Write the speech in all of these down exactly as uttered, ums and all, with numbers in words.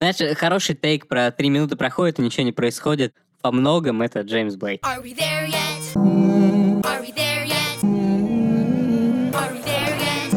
Знаешь, хороший тейк про три минуты проходит, и ничего не происходит. Во многом это Джеймс Блейк. Are we there yet? Are we there yet? Are we there yet?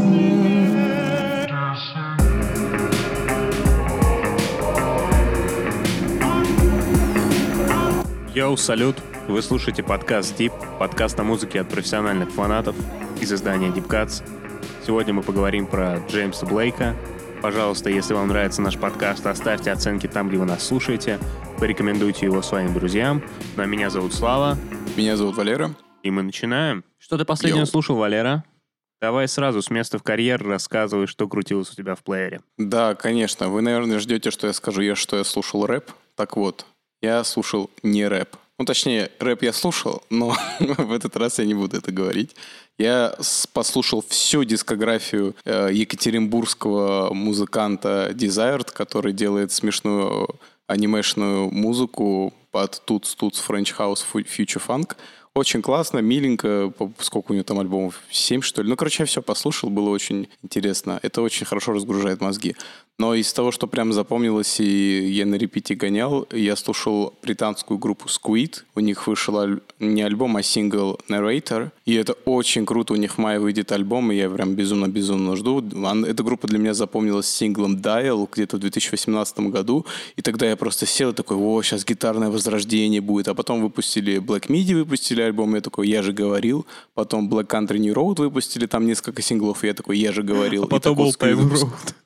Йоу, салют! Вы слушаете подкаст Deep, подкаст о музыке от профессиональных фанатов из издания Deep Cuts. Сегодня мы поговорим про Джеймса Блейка. Пожалуйста, если вам нравится наш подкаст, оставьте оценки там, где вы нас слушаете. Порекомендуйте его своим друзьям. Ну а меня зовут Слава. Меня зовут Валера. И мы начинаем. Что ты последнее Йоу. слушал, Валера? Давай сразу с места в карьер рассказывай, что крутилось у тебя в плеере. Да, конечно. Вы, наверное, ждете, что я скажу, я, что я слушал рэп. Так вот, я слушал не рэп. Ну, точнее, рэп я слушал, но в этот раз я не буду это говорить. Я с- послушал всю дискографию э, екатеринбургского музыканта Desired, который делает смешную анимешную музыку под Tuts Tuts French House Future Funk. Очень классно, миленько. По- Сколько у него там альбомов? Семь, что ли? Ну, короче, я все послушал, было очень интересно. Это очень хорошо разгружает мозги. Но из того, что прям запомнилось, и я на репите гонял, я слушал британскую группу Squid. У них вышел аль- не альбом, а сингл Narrator. И это очень круто. У них в мае выйдет альбом, и я прям безумно-безумно жду. Ан- Эта группа для меня запомнилась синглом Dial где-то в две тысячи восемнадцатом году. И тогда я просто сел и такой, о, сейчас гитарное возрождение будет. А потом выпустили Black Midi, выпустили альбом, и я такой, я же говорил. Потом Black Country New Road выпустили, там несколько синглов, и я такой, я же говорил. А И потом так вот был Squid Time выпуск- Road.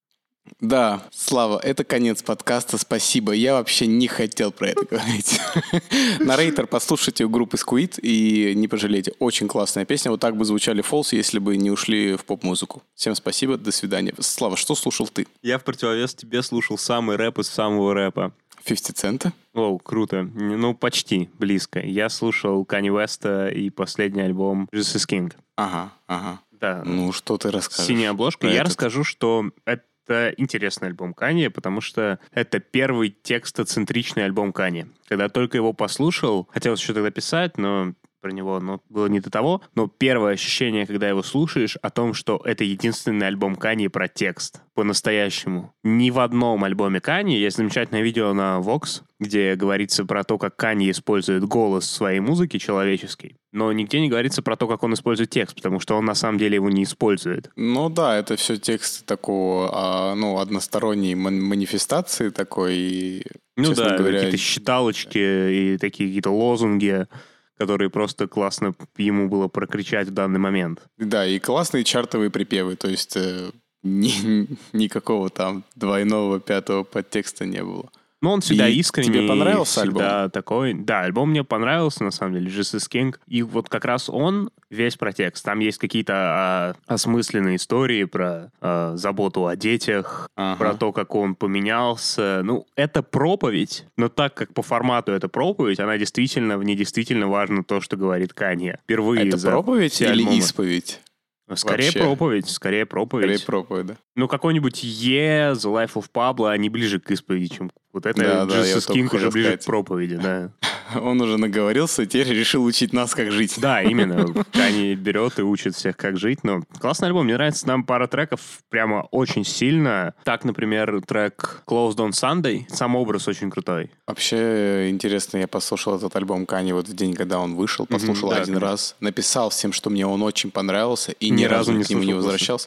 Да, Слава, это конец подкаста, спасибо. Я вообще не хотел про это говорить. Narrator, послушайте у группы Squid и не пожалейте. Очень классная песня. Вот так бы звучали Falls, если бы не ушли в поп-музыку. Всем спасибо, до свидания. Слава, что слушал ты? Я в противовес тебе слушал самый рэп из самого рэпа. фифти Цента? О, круто. Ну, почти близко. Я слушал Канье Уэста и последний альбом Jesus is King. Ага, ага. Да. Ну, что ты расскажешь? Синяя обложка. про Я этот? расскажу, что это интересный альбом Канье, потому что это первый текстоцентричный альбом Канье. Когда только его послушал, хотелось еще тогда писать, но про него ну, было не до того. Но первое ощущение, когда его слушаешь, о том, что это единственный альбом Канье про текст. По-настоящему. Ни в одном альбоме Канье есть замечательное видео на Vox, где говорится про то, как Канье использует голос в своей музыке человеческий. Но нигде не говорится про то, как он использует текст, потому что он на самом деле его не использует. Ну да, это все тексты такого, а, ну, односторонней ман- манифестации такой. и, Ну честно да, говоря, какие-то считалочки и такие какие-то лозунги, которые просто классно ему было прокричать в данный момент. Да, и классные чартовые припевы, то есть э, ни- никакого там двойного, пятого подтекста не было. Но он всегда И искренний. тебе понравился всегда такой. Да, альбом мне понравился, на самом деле, Jesus is King. И вот как раз он весь про текст. Там есть какие-то а, осмысленные истории про а, заботу о детях, Ага. про то, как он поменялся. Ну, это проповедь, но так как по формату это проповедь, она действительно, в ней действительно важно то, что говорит Канье. Впервые Это за проповедь все или альбомы. исповедь? Скорее вообще? проповедь, скорее проповедь. Скорее проповедь, да. Ну, какой-нибудь Е, The Life of Pablo, они ближе к исповеди, чем вот это Да, да, я Jesus только King уже хотел ближе сказать. к проповеди, да. Он уже наговорился, теперь решил учить нас, как жить. Да, именно. Кани берет и учит всех, как жить. Но классный альбом. Мне нравится там пара треков прямо очень сильно. Так, например, трек Closed on Sunday. Сам образ очень крутой. Вообще интересно, я послушал этот альбом Кани вот в день, когда он вышел, послушал да, один конечно. раз, написал всем, что мне он очень понравился, и Ни ни, разу разу не к нему не слушал возвращался.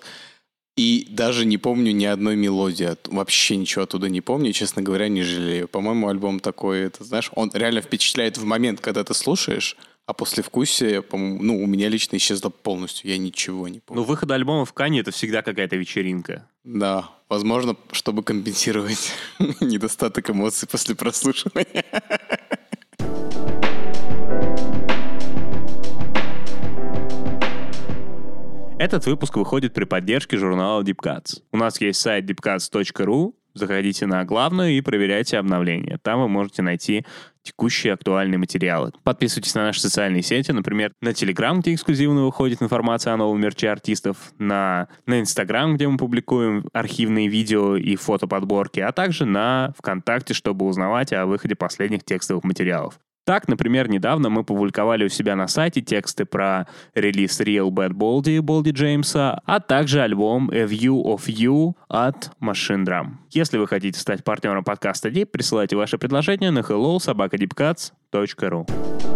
И даже не помню ни одной мелодии, от- вообще ничего оттуда не помню, и, честно говоря, не жалею. По-моему, альбом такой, это, знаешь, он реально впечатляет в момент, когда ты слушаешь, а послевкусие, по-моему, ну, у меня лично исчезло полностью, я ничего не помню. Но выход альбома в Кани — это всегда какая-то вечеринка. Да, возможно, чтобы компенсировать недостаток эмоций после прослушивания. Этот выпуск выходит при поддержке журнала Deep Cuts. У нас есть сайт deep cuts точка ру. Заходите на главную и проверяйте обновления. Там вы можете найти текущие актуальные материалы. Подписывайтесь на наши социальные сети, например, на Telegram, где эксклюзивно выходит информация о новом мерче артистов, на, на Instagram, где мы публикуем архивные видео и фотоподборки, а также на ВКонтакте, чтобы узнавать о выходе последних текстовых материалов. Так, например, недавно мы публиковали у себя на сайте тексты про релиз Real Bad Baldy Балди Джеймса, а также альбом A View of You от Machine Drum. Если вы хотите стать партнером подкаста Deep, присылайте ваши предложения на hello собака deepcuts точка ру.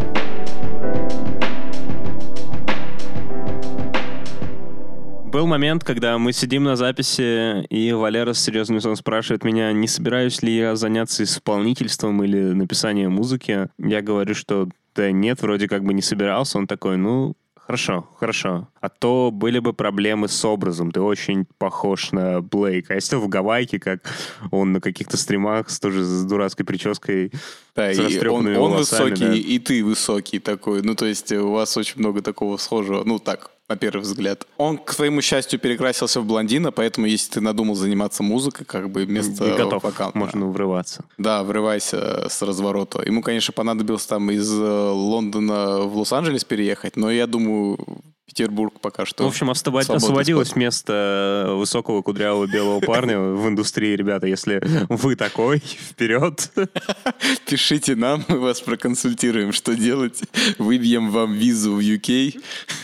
Был момент, когда мы сидим на записи, и Валера с серьезным лицом спрашивает меня, не собираюсь ли я заняться исполнительством или написанием музыки. Я говорю, что да нет, вроде как бы не собирался. Он такой, ну, хорошо, хорошо. А то были бы проблемы с образом. Ты очень похож на Блейка. А если в Гавайке, как он на каких-то стримах, с тоже с дурацкой прической, да, с и он, растрепанными он волосами. высокий, Да. и ты высокий такой. Ну, то есть у вас очень много такого схожего. Ну, так, на первый взгляд. Он, к своему счастью, перекрасился в блондина, поэтому если ты надумал заниматься музыкой, как бы вместо И готов, вокала. можно врываться. Да, врывайся с разворота. Ему, конечно, понадобилось там из э, Лондона в Лос-Анджелес переехать, но я думаю, Петербург пока что. В общем, освобод- свободный освободилось способ. место высокого кудрявого белого парня в индустрии, ребята. Если вы такой, вперед. Пишите нам, мы вас проконсультируем, что делать. Выбьем вам визу в ю кей.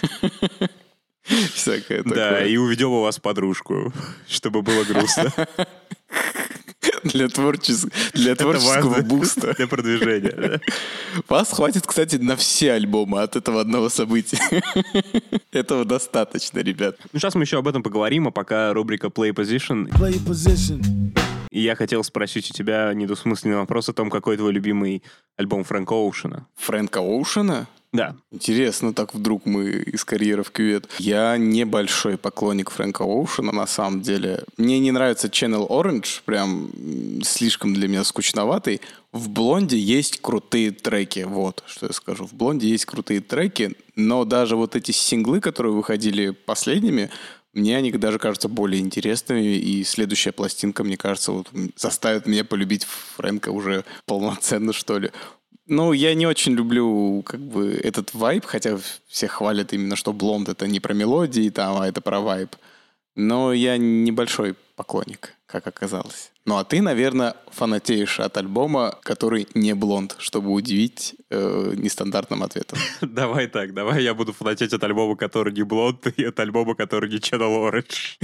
Всякое такое. Да, и уведем у вас подружку, чтобы было грустно. Для, творчес- для Это творческого важно буста. для продвижения. Вас хватит, кстати, на все альбомы от этого одного события. Этого достаточно, ребят. Ну, сейчас мы еще об этом поговорим, а пока рубрика Play Position. Play position. И я хотел спросить у тебя недвусмысленный вопрос о том, какой твой любимый альбом Фрэнка Оушена. Фрэнка Оушена? Да. Интересно, так вдруг мы из карьеры в кювет. Я небольшой поклонник Фрэнка Оушена, на самом деле. Мне не нравится Channel Orange, прям м, слишком для меня скучноватый. В Блонде есть крутые треки, вот что я скажу. В Блонде есть крутые треки, но даже вот эти синглы, которые выходили последними, мне они даже кажутся более интересными, и следующая пластинка, мне кажется, вот, заставит меня полюбить Фрэнка уже полноценно, что ли. Ну, я не очень люблю как бы этот вайб, хотя все хвалят именно, что Блонд — это не про мелодии, там, а это про вайб. Но я небольшой поклонник, как оказалось. Ну, а ты, наверное, фанатеешь от альбома, который не Блонд, чтобы удивить э, нестандартным ответом. Давай так, давай я буду фанатеть от альбома, который не Блонд, и от альбома, который не Channel Orange.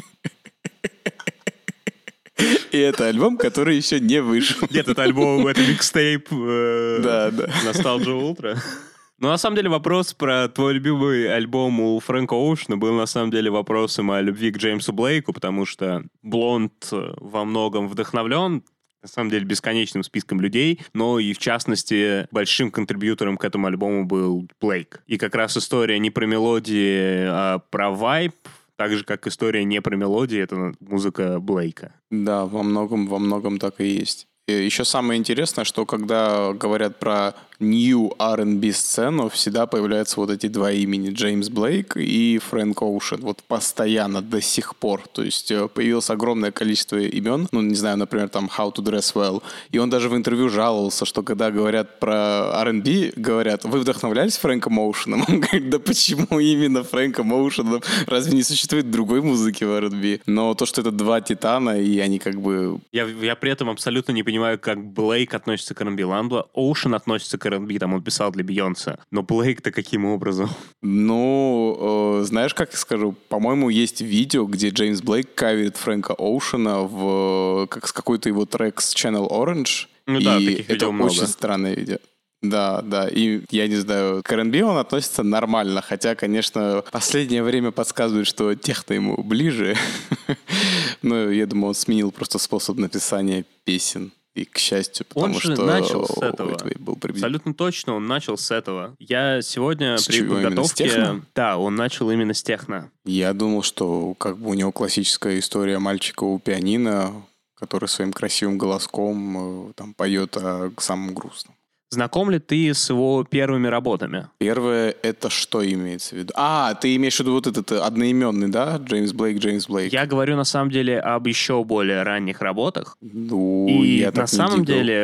И это альбом, который еще не вышел. Нет, это альбом, это микстейп Да, да. Nostalgia Ultra. Ну, на самом деле, вопрос про твой любимый альбом у Фрэнка Оушена был, на самом деле, вопросом о любви к Джеймсу Блейку, потому что Блонд во многом вдохновлен, на самом деле, бесконечным списком людей, но и, в частности, большим контрибьютором к этому альбому был Блейк. И как раз история не про мелодии, а про вайб, так же, как история не про мелодии, это музыка Блейка. Да, во многом, во многом так и есть. И еще самое интересное, что когда говорят про New ар энд би сцену, всегда появляются вот эти два имени, Джеймс Блейк и Фрэнк Оушен, вот постоянно, до сих пор. То есть появилось огромное количество имен, ну, не знаю, например, там How to Dress Well, и он даже в интервью жаловался, что когда говорят про ар энд би, говорят, вы вдохновлялись Фрэнком Оушеном? Он говорит, да почему именно Фрэнком Оушеном? Разве не существует другой музыки в ар энд би? Но то, что это два титана, и они как бы... Я, я при этом абсолютно не понимаю, как Блейк относится к ар энд би. Ламбла, Оушен относится к ар энд би, там он писал для Бейонсе. Но Блейк-то каким образом? Ну, э, знаешь, как я скажу? По-моему, есть видео, где Джеймс Блейк каверит Фрэнка Оушена в как с какой-то его трек с Channel Orange. Ну да, и таких это видео много. очень странное видео. Да, да, и я не знаю, к ар энд би он относится нормально, хотя, конечно, последнее время подсказывает, что техно ему ближе. Но я думаю, он сменил просто способ написания песен. И, к счастью, потому Он же что начал с у этого. этого был приблизительно. Абсолютно точно он начал с этого. Я сегодня С при чего, именно с подготовке... техно? Да, он начал именно с техно. Я думал, что как бы у него классическая история мальчика у пианино, который своим красивым голоском э, там поет о самом грустном. Знаком ли ты с его первыми работами? Первое, это что имеется в виду? А, ты имеешь в виду вот этот одноименный, да? Джеймс Блейк, Джеймс Блейк. Я говорю на самом деле об еще более ранних работах. Ну, И я на так не самом дигал. деле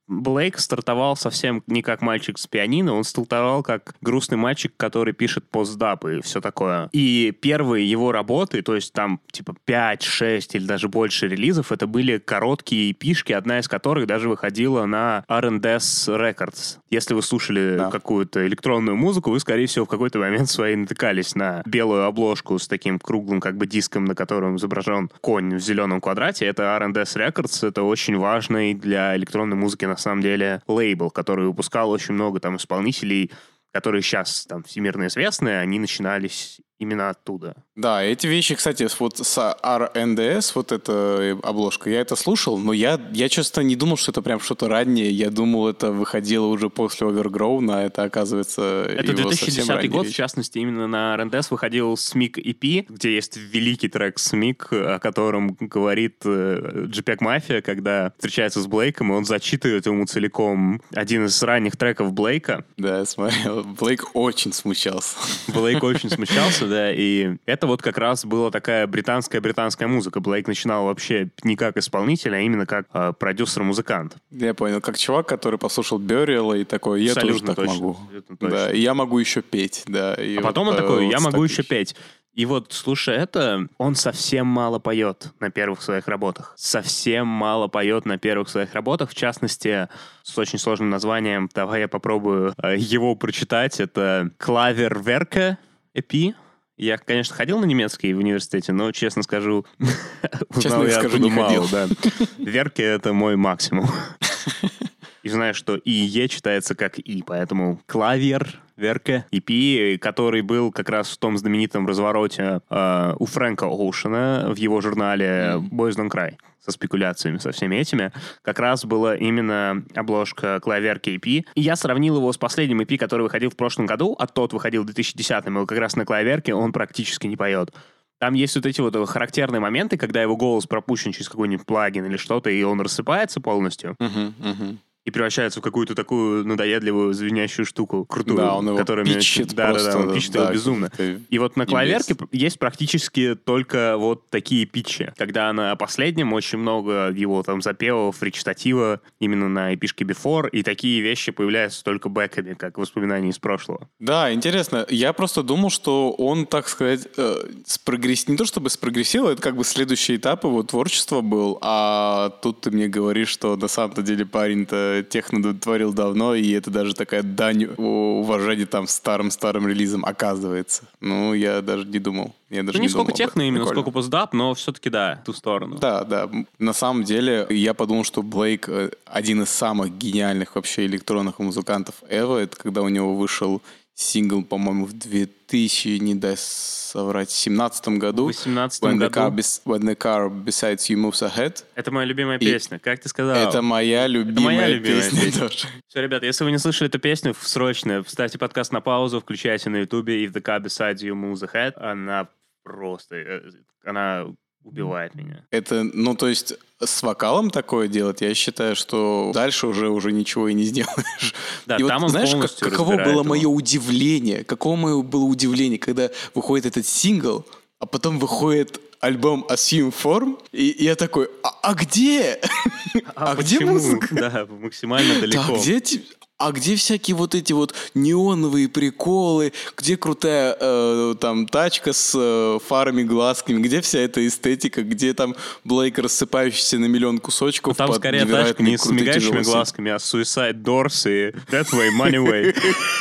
Блейк стартовал совсем не как мальчик с пианино, он стартовал как грустный мальчик, который пишет постдап и все такое. И первые его работы, то есть там типа пять, шесть или даже больше релизов, это были короткие эпишки, одна из которых даже выходила на ар энд эс Records. Если вы слушали да. какую-то электронную музыку, вы, скорее всего, в какой-то момент своей натыкались на белую обложку с таким круглым как бы диском, на котором изображен конь в зеленом квадрате. Это ар энд эс Records, это очень важный для электронной музыки на самом деле лейбл, который выпускал очень много там исполнителей, которые сейчас там всемирно известные, они начинались именно оттуда. Да, эти вещи, кстати, вот с ар энд эс, вот эта обложка, я это слушал, но я, я честно не думал, что это прям что-то раннее. Я думал, это выходило уже после Overgrown, а это, оказывается, это две тысячи десятый год, вещь. В частности, именно на ар энд эс выходил Смик и пи, где есть великий трек Смик, о котором говорит JPEG Mafia, когда встречается с Блейком, и он зачитывает ему целиком один из ранних треков Блейка. Да, я смотрел. Блейк очень смущался. Блейк очень смущался, да, и это вот как раз была такая британская-британская музыка. Блейк начинал вообще не как исполнитель, а именно как э, продюсер-музыкант. Я понял, как чувак, который послушал Бёриэла и такой, я абсолютно тоже так точно, могу. Точно. Да, и я могу еще петь, да. И а вот, потом он такой, я вот могу так еще петь. И вот, слушай, это он совсем мало поет на первых своих работах. Совсем мало поет на первых своих работах. В частности, с очень сложным названием, давай я попробую э, его прочитать. Это «Клаверверке» и пи. Я, конечно, ходил на немецкий в университете, но, честно скажу, честно я скажу, не мало, ходил. Да. Верке — это мой максимум. И знаю, что и Е читается как И, поэтому клавер, Верке, и Пи, который был как раз в том знаменитом развороте э, у Фрэнка Оушена в его журнале «Boys Don't Cry», со спекуляциями, со всеми этими, как раз была именно обложка клаверки и пи. И я сравнил его с последним и пи, который выходил в прошлом году, а тот выходил в две тысячи десятом, и как раз на клаверке он практически не поет. Там есть вот эти вот характерные моменты, когда его голос пропущен через какой-нибудь плагин или что-то, и он рассыпается полностью. Uh-huh, uh-huh. И превращается в какую-то такую надоедливую, звенящую штуку, крутую. Да, он его которая пичет да, просто. Да, да, он пичет да, его безумно. И вот на клаверке есть практически только вот такие питчи. Когда на последнем очень много его там запевов, речитатива именно на эпишке Before, и такие вещи появляются только бэками, как воспоминания из прошлого. Да, интересно. Я просто думал, что он, так сказать, э, спрогресс... не то чтобы спрогрессировал, это как бы следующий этап его творчества был, а тут ты мне говоришь, что на самом-то деле парень-то техно творил давно, и это даже такая дань уважения там старым-старым релизам оказывается. Ну, я даже не думал. Я даже ну, не, не думал сколько техно именно, Прикольно. сколько постдап, но все-таки да, в ту сторону. Да, да. На самом деле, я подумал, что Блейк один из самых гениальных вообще электронных музыкантов ever. Это когда у него вышел сингл, по-моему, в две тысячи, не дай соврать, семнадцатом году. В восемнадцатом when году. The car, when the car besides you moves ahead. Это моя любимая И песня, как ты сказал. Это моя любимая, это моя любимая песня, песня тоже. Все, ребята, если вы не слышали эту песню, срочно ставьте подкаст на паузу, включайте на ютубе If the car beside you moves ahead. Она просто... Она убивает меня. Это, ну, то есть, с вокалом такое делать, я считаю, что дальше уже, уже ничего и не сделаешь. Да, и там вот, он знаешь, как, каково было его. мое удивление, каково мое было удивление, когда выходит этот сингл, а потом выходит альбом Assume Form, и я такой, а, а где? А, а где музыка? Да, максимально далеко. Да, где... А где всякие вот эти вот неоновые приколы, где крутая э, там тачка с э, фарами, глазками, где вся эта эстетика, где там Блейк рассыпающийся на миллион кусочков. Ну, там скорее тачка не с мигающими глазками, а Suicide Doors и That Way, Money Way.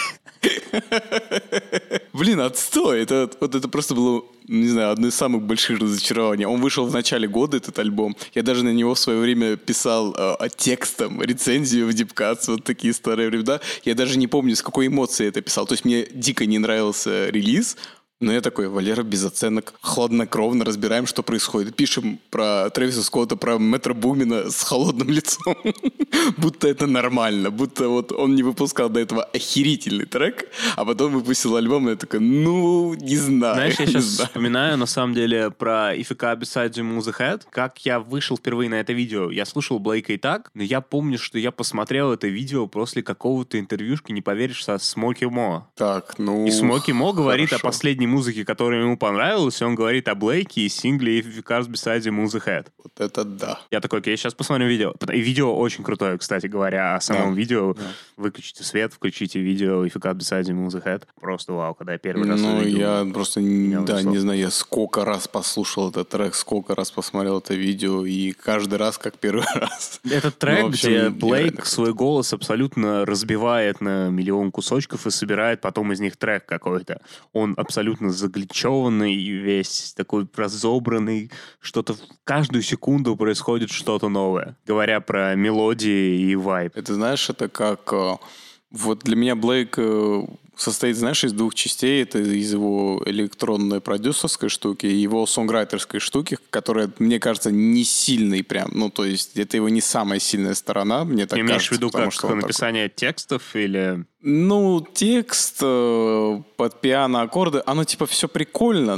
Блин, отстой. Это, вот это просто было, не знаю, одно из самых больших разочарований. Он вышел в начале года, этот альбом. Я даже на него в свое время писал э, текстом рецензию в Deep Cuts, вот такие старые времена. Я даже не помню, с какой эмоцией это писал. То есть мне дико не нравился релиз, но я такой, Валера, без оценок, хладнокровно разбираем, что происходит. Пишем про Трэвиса Скотта, про Метро Бумина с холодным лицом. Будто это нормально. Будто вот он не выпускал до этого охерительный трек, а потом выпустил альбом, и я такой, ну, не знаю. Знаешь, я сейчас вспоминаю, на самом деле, про If a Car Beside You Moves Ahead. Как я вышел впервые на это видео. Я слушал Блейка и так, но я помню, что я посмотрел это видео после какого-то интервьюшки, не поверишь, со Смоки Мо. Так, ну... И Смоки Мо говорит о последней музыки, которая ему понравилась, и он говорит о Блейке и сингле If Cars Beside You Moves Ahead. Вот это да. Я такой, окей, сейчас посмотрю видео. И видео очень крутое. стою, кстати говоря, о самом Да. видео. Да. Выключите свет, включите видео If You Cut Beside You Move the Head. Просто вау, когда я первый раз Ну, увидел. я просто, н- меня да, унесло. не знаю, я сколько раз послушал этот трек, сколько раз посмотрел это видео, и каждый раз как первый раз. Этот трек, Ну, в общем, где невероятно Блейк круто. свой голос абсолютно разбивает на миллион кусочков и собирает потом из них трек какой-то. Он абсолютно загличеванный, весь такой разобранный, что-то в каждую секунду происходит что-то новое, говоря про мелодии и вайб. Это, знаешь, это как... э, Вот для меня Блейк э, состоит, знаешь, из двух частей. Это из его электронной продюсерской штуки и его сонграйтерской штуки, которая, мне кажется, не сильный прям. Ну, то есть это его не самая сильная сторона, мне так Ты имеешь кажется. в виду потому как что он такой- написание текстов или... Ну, текст э, под пиано аккорды, оно типа все прикольно,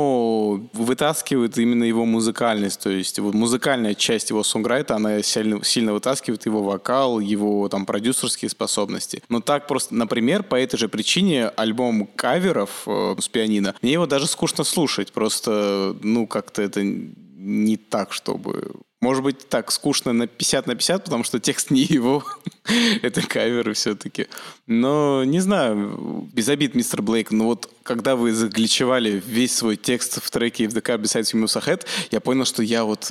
но вытаскивает именно его музыкальность. То есть вот музыкальная часть его сонграйта, она сильно, сильно вытаскивает его вокал, его там продюсерские способности. Но так просто, например, по этой же причине альбом каверов э, с пианино, мне его даже скучно слушать. Просто, ну, как-то это не так, чтобы... Может быть, так скучно на пятьдесят на пятьдесят, потому что текст не его. Это каверы все-таки. Но, не знаю, без обид, мистер Блейк, но вот когда вы загличевали весь свой текст в треке If the Car Beside You Moves Ahead, я понял, что я вот...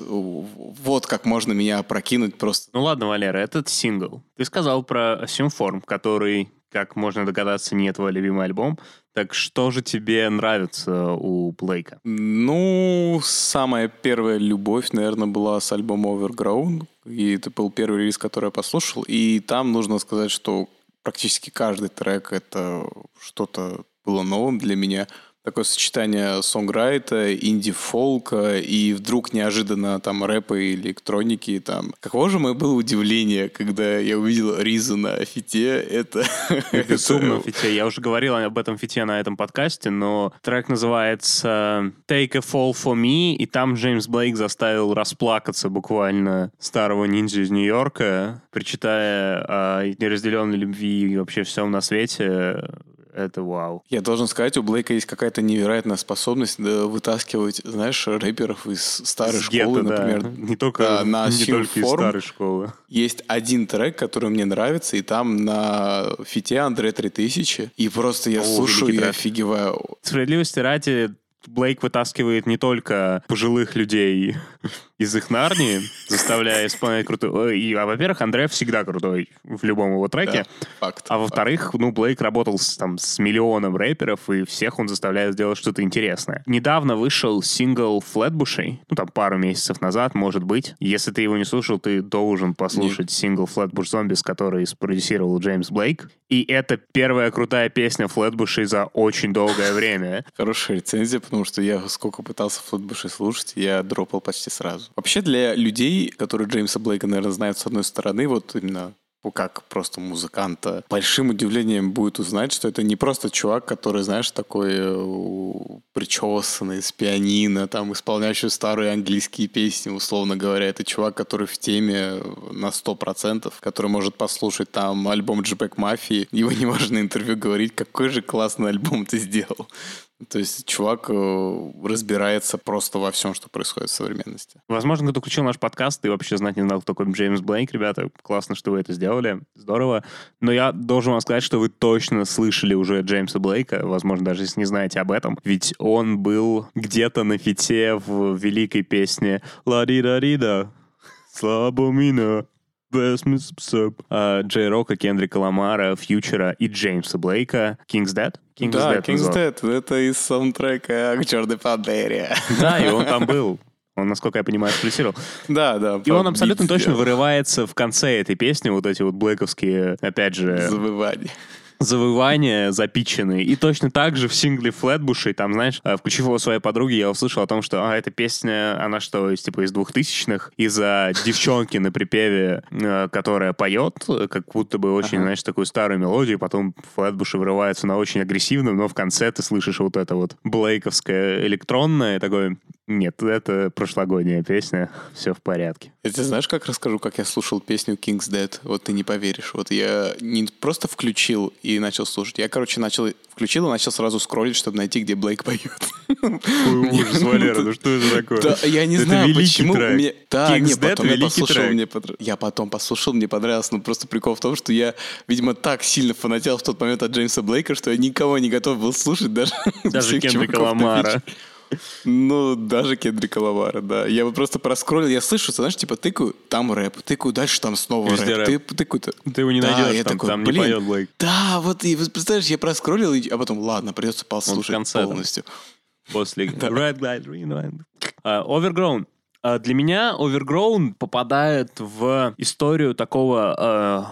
Вот как можно меня опрокинуть просто. Ну ладно, Валера, этот сингл. Ты сказал про Assume Form, который, как можно догадаться, не твой любимый альбом. Так что же тебе нравится у Блейка? Ну, самая первая любовь, наверное, была с альбома Overgrown. И это был первый релиз, который я послушал. И там нужно сказать, что практически каждый трек — это что-то было новым для меня. Такое сочетание сонграйта, инди-фолка и вдруг неожиданно там рэпа и электроники. Там. Каково же мое было удивление, когда я увидел Ризу на фите. Это... Это сумно фите. Я уже говорил об этом фите на этом подкасте, но трек называется Take a Fall for Me, и там Джеймс Блейк заставил расплакаться буквально старого ниндзя из Нью-Йорка, причитая о неразделенной любви и вообще всем на свете. Это вау. Я должен сказать, у Блейка есть какая-то невероятная способность да, вытаскивать, знаешь, рэперов из старой С школы, гетто, да. например. Не только, Да, на не Assume только из Form. старой школы. Есть один трек, который мне нравится, и там на фите Андре три тысячи. И просто я О, слушаю великий и трек. офигеваю. Справедливости ради, Блейк вытаскивает не только пожилых людей из их Нарнии, заставляя исполнять крутой... И, а, во-первых, Андре всегда крутой в любом его треке. Да, факт. А во-вторых, ну, Блейк работал с, там, с миллионом рэперов, и всех он заставляет сделать что-то интересное. Недавно вышел сингл Флетбушей, ну, там, пару месяцев назад, может быть. Если ты его не слушал, ты должен послушать сингл Flatbush Zombies, который спродюсировал Джеймс Блейк. И это первая крутая песня Флетбушей за очень долгое время. Хорошая рецензия, потому что я сколько пытался Флетбуши слушать, я дропал почти сразу. Вообще для людей, которые Джеймса Блейка, наверное, знают с одной стороны, вот именно ну, как просто музыканта, большим удивлением будет узнать, что это не просто чувак, который, знаешь, такой э, причесанный, с пианино, там, исполняющий старые английские песни, условно говоря. Это чувак, который в теме на сто процентов, который может послушать там альбом Джипек Мафии. Его не можно на интервью говорить, какой же классный альбом ты сделал. То есть чувак э, разбирается просто во всем, что происходит в современности. Возможно, кто включил наш подкаст, ты вообще знать не знал, кто такой Джеймс Блейк. Ребята, классно, что вы это сделали. Здорово. Но я должен вам сказать, что вы точно слышали уже Джеймса Блейка, возможно, даже если не знаете об этом. Ведь он был где-то на фите в великой песне «Ла-ди-да-ди-да, слабо-мина». Джей Рока, Кендрика Ламара, Фьючера и Джеймса Блейка. King's Dead? King's Да, Dead King's назывался. Dead. Это из саундтрека к «Черной пантере». Да, и он там был. Он, насколько я понимаю, эксплуатировал. Да, да. И он абсолютно бит точно сделал. вырывается в конце этой песни, вот эти вот блэковские, опять же, Завывание. завывания запиченные. И точно так же в сингле Флетбушей, там, знаешь, э, включив его своей подруге, я услышал о том, что а, эта песня, она что, из, типа из двухтысячных, из-за девчонки на припеве, э, которая поет, э, как будто бы очень, Ага. знаешь, такую старую мелодию, потом Флетбуши вырываются на очень агрессивную, но в конце ты слышишь вот это вот блейковское электронное, такое Нет, это прошлогодняя песня, все в порядке. Я тебе знаешь, как расскажу, как я слушал песню King's Dead? Вот ты не поверишь. Вот я не просто включил и начал слушать. Я, короче, начал включил и начал сразу скроллить, чтобы найти, где Блейк поет. Ой, ужас, Валера, ну что это такое? Да, я не Это знаю, великий почему трек. мне... Да, King's не, Dead потом я великий послушал, трек. мне подра- я потом послушал, мне понравилось. Но просто прикол в том, что я, видимо, так сильно фанател в тот момент от Джеймса Блейка, что я никого не готов был слушать, даже Даже всех Кендрика чуваков на Ламара. фиче. Ну, даже Кендрика Ламара, да. Я бы просто проскроллил, я слышу, знаешь, типа тыкаю, там рэп, тыкаю, дальше там снова Везде рэп. рэп. Ты, тыкаю-то. Ты его не Да, найдешь, я там, такой, там не блин, поет Блейк. Да, вот, и вот представляешь, я проскроллил, и- а потом, ладно, придется послушать конце там. полностью. После Red Light, Green Light. А, Overgrown. А, Для меня Overgrown попадает в историю такого э,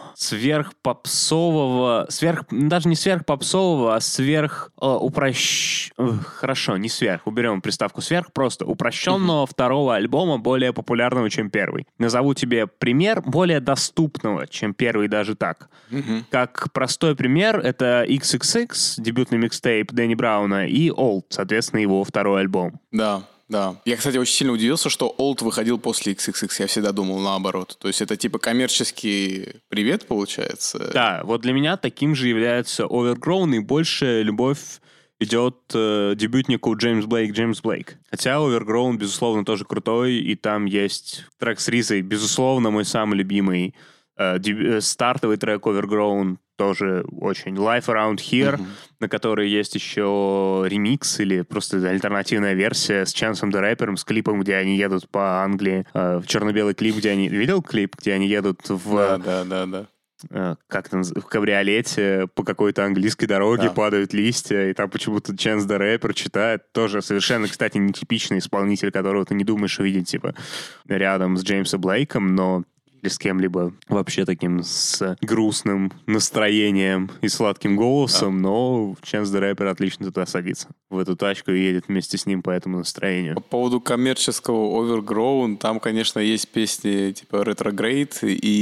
сверхпопсового, сверх, даже не сверхпопсового, а сверх э, упрощ... э, Хорошо, не сверх, уберем приставку сверх, просто упрощенного второго альбома, более популярного, чем первый. Назову тебе пример более доступного, чем первый даже так. Мгм. Как простой пример, это икс икс икс, дебютный микстейп Дэнни Брауна, и Old, соответственно, его второй альбом. Да, да. Я, кстати, очень сильно удивился, что Old выходил после икс икс икс. Я всегда думал наоборот. То есть это типа коммерческий привет, получается? Да, вот для меня таким же является Overgrown, и больше любовь идет э, дебютнику Джеймс Блейк, Джеймс Блейк. Хотя Overgrown, безусловно, тоже крутой, и там есть трек с Ризой, безусловно, мой самый любимый. Э, деб- э, стартовый трек Overgrown тоже очень. Life Around Here, Мгм. на которой есть еще ремикс или просто альтернативная версия с Чансом the Rapper, с клипом, где они едут по Англии, э, в черно-белый клип, где они... Видел клип, где они едут в... Да, да, да, да. э, как это наз- в кабриолете по какой-то английской дороге Да. падают листья, и там почему-то Chance the Rapper читает. Тоже совершенно, кстати, нетипичный исполнитель, которого ты не думаешь увидеть, типа, рядом с Джеймсом Блейком, но или с кем-либо вообще таким с грустным настроением и сладким голосом, но Chance the Rapper отлично туда садится. В эту тачку и едет вместе с ним по этому настроению. По поводу коммерческого Overgrown, там, конечно, есть песни типа Retrograde,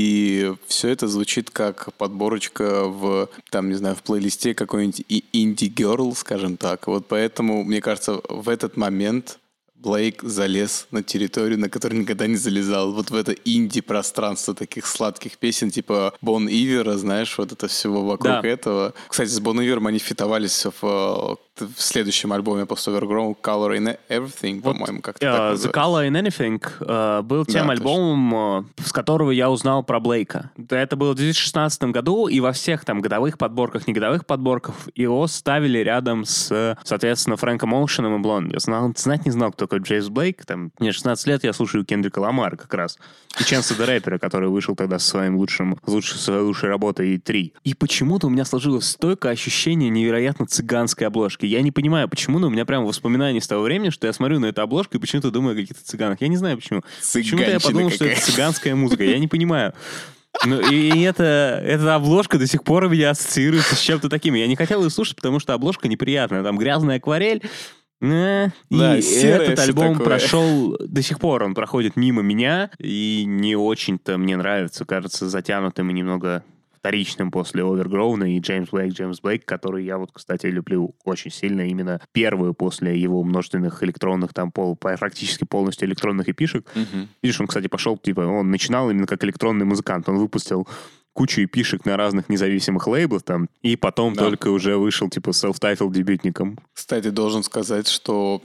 и все это звучит как подборочка в, там, не знаю, в плейлисте какой-нибудь и- инди-герл, скажем так. Вот поэтому, мне кажется, в этот момент Блейк залез на территорию, на которую никогда не залезал. Вот в это инди-пространство таких сладких песен, типа Бон Ивера, знаешь, вот это всего вокруг Да. этого. Кстати, с Бон Ивером они фитовались в, в следующем альбоме после Overgrown, Color in Everything, Вот, по-моему, как-то э, так The называется. Color in Anything э, был Да, тем точно. альбомом, э, с которого я узнал про Блейка. Да, это было в две тысячи шестнадцатом году, и во всех там годовых подборках, негодовых подборках его ставили рядом с, соответственно, Фрэнком Оушеном и Блонд. Я знал, знать не знал, кто такой Джеймс Блейк. Там, мне шестнадцать лет, я слушаю Кендрика Ламара как раз. И Ченса the Rapper, который вышел тогда со своим лучшим, с лучшей, своей лучшей работой и три. И почему-то у меня сложилось стойкое ощущение невероятно цыганской обложки. Я не понимаю, почему, но у меня прям воспоминания с того времени, что я смотрю на эту обложку и почему-то думаю о каких-то цыганах. Я не знаю почему. Почему-то я Цыганщина подумал, что это какая. цыганская музыка. Я не понимаю. Ну, и, и это, эта обложка до сих пор у меня ассоциируется с чем-то таким. Я не хотел ее слушать, потому что обложка неприятная. Там грязная акварель. Э, Да, и серое этот всё альбом такое. прошел, до сих пор он проходит мимо меня, и не очень-то мне нравится, кажется, затянутым и немного вторичным после Overgrown и Джеймс Блейк, Джеймс Блейк, который я вот, кстати, люблю очень сильно, именно первую после его множественных электронных, там, пол, практически полностью электронных эпишек. Мгм. Видишь, он, кстати, пошел, типа, он начинал именно как электронный музыкант, он выпустил кучу эпишек на разных независимых лейблах там, и потом Да. только уже вышел, типа, self-titled дебютником. Кстати, должен сказать, что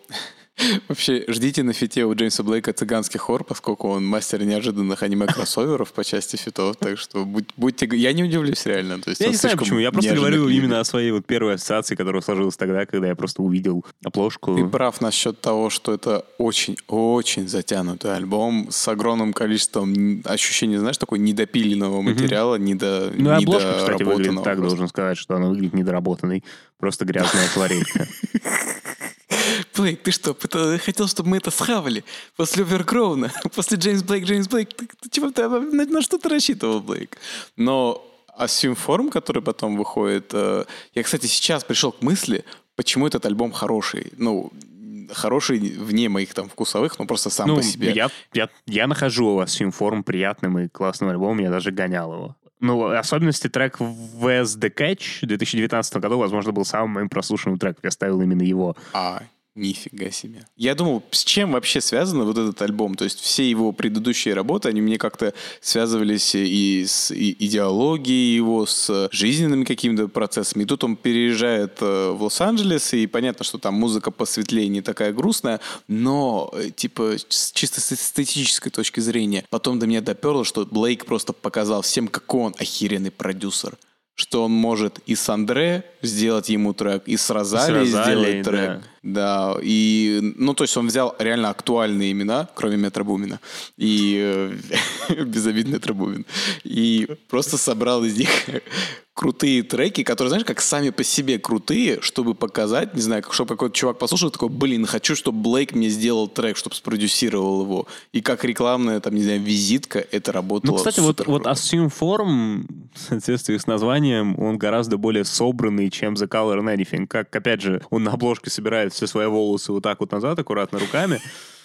вообще ждите на фите у Джеймса Блейка цыганский хор, поскольку он мастер неожиданных аниме-кроссоверов по части фитов, так что будь- будьте... г- Я не удивлюсь реально. То есть Я он не знаю слишком почему, я просто неожиданных говорю любит. именно о своей вот первой ассоциации, которая сложилась тогда, когда я просто увидел обложку. Ты прав насчет того, что это очень-очень затянутый альбом с огромным количеством н- ощущений, знаешь, такой недопиленного материала, недо... Ну и обложка, кстати, выглядит недоработанного так, просто. должен сказать, что она выглядит недоработанной. Просто грязная акварелька. Блейк, ты что, пыта- хотел, чтобы мы это схавали после Overgrown, после Джеймс Блейк, Джеймс Блейк? Ты, ты чего, ты, на, на что ты рассчитывал, Блейк? Но Assume Form, который потом выходит... э, я, кстати, сейчас пришел к мысли, почему этот альбом хороший. Ну, хороший вне моих там вкусовых, но просто сам Ну, по себе. я, я, я нахожу Assume Form приятным и классным альбомом, я даже гонял его. Ну, особенности трек Where's the Catch в две тысячи девятнадцатом году, возможно, был самым моим прослушанным треком. Я ставил именно его. А, Нифига себе. Я думал, с чем вообще связан вот этот альбом? То есть все его предыдущие работы, они мне как-то связывались и с и идеологией его, с жизненными какими-то процессами. И тут он переезжает в Лос-Анджелес, и понятно, что там музыка посветлее, не такая грустная, но типа с чисто с эстетической точки зрения потом до меня доперло, что Блейк просто показал всем, какой он охеренный продюсер. Что он может и с Андре сделать ему трек, и с Розали сделать трек. Да. да, и, ну, то есть он взял реально актуальные имена, кроме Метро Бумина, и безобидный Метро Бумин, и просто собрал из них крутые треки, которые, знаешь, как сами по себе крутые, чтобы показать, не знаю, чтобы какой-то чувак послушал, такой, блин, хочу, чтобы Блейк мне сделал трек, чтобы спродюсировал его. И как рекламная, там, не знаю, визитка, это работало. Ну, кстати, вот, вот Assume Form, в соответствии с названием, он гораздо более собранный, чем The Color and Anything. Как, опять же, он на обложке собирает все свои волосы вот так вот назад, аккуратно руками.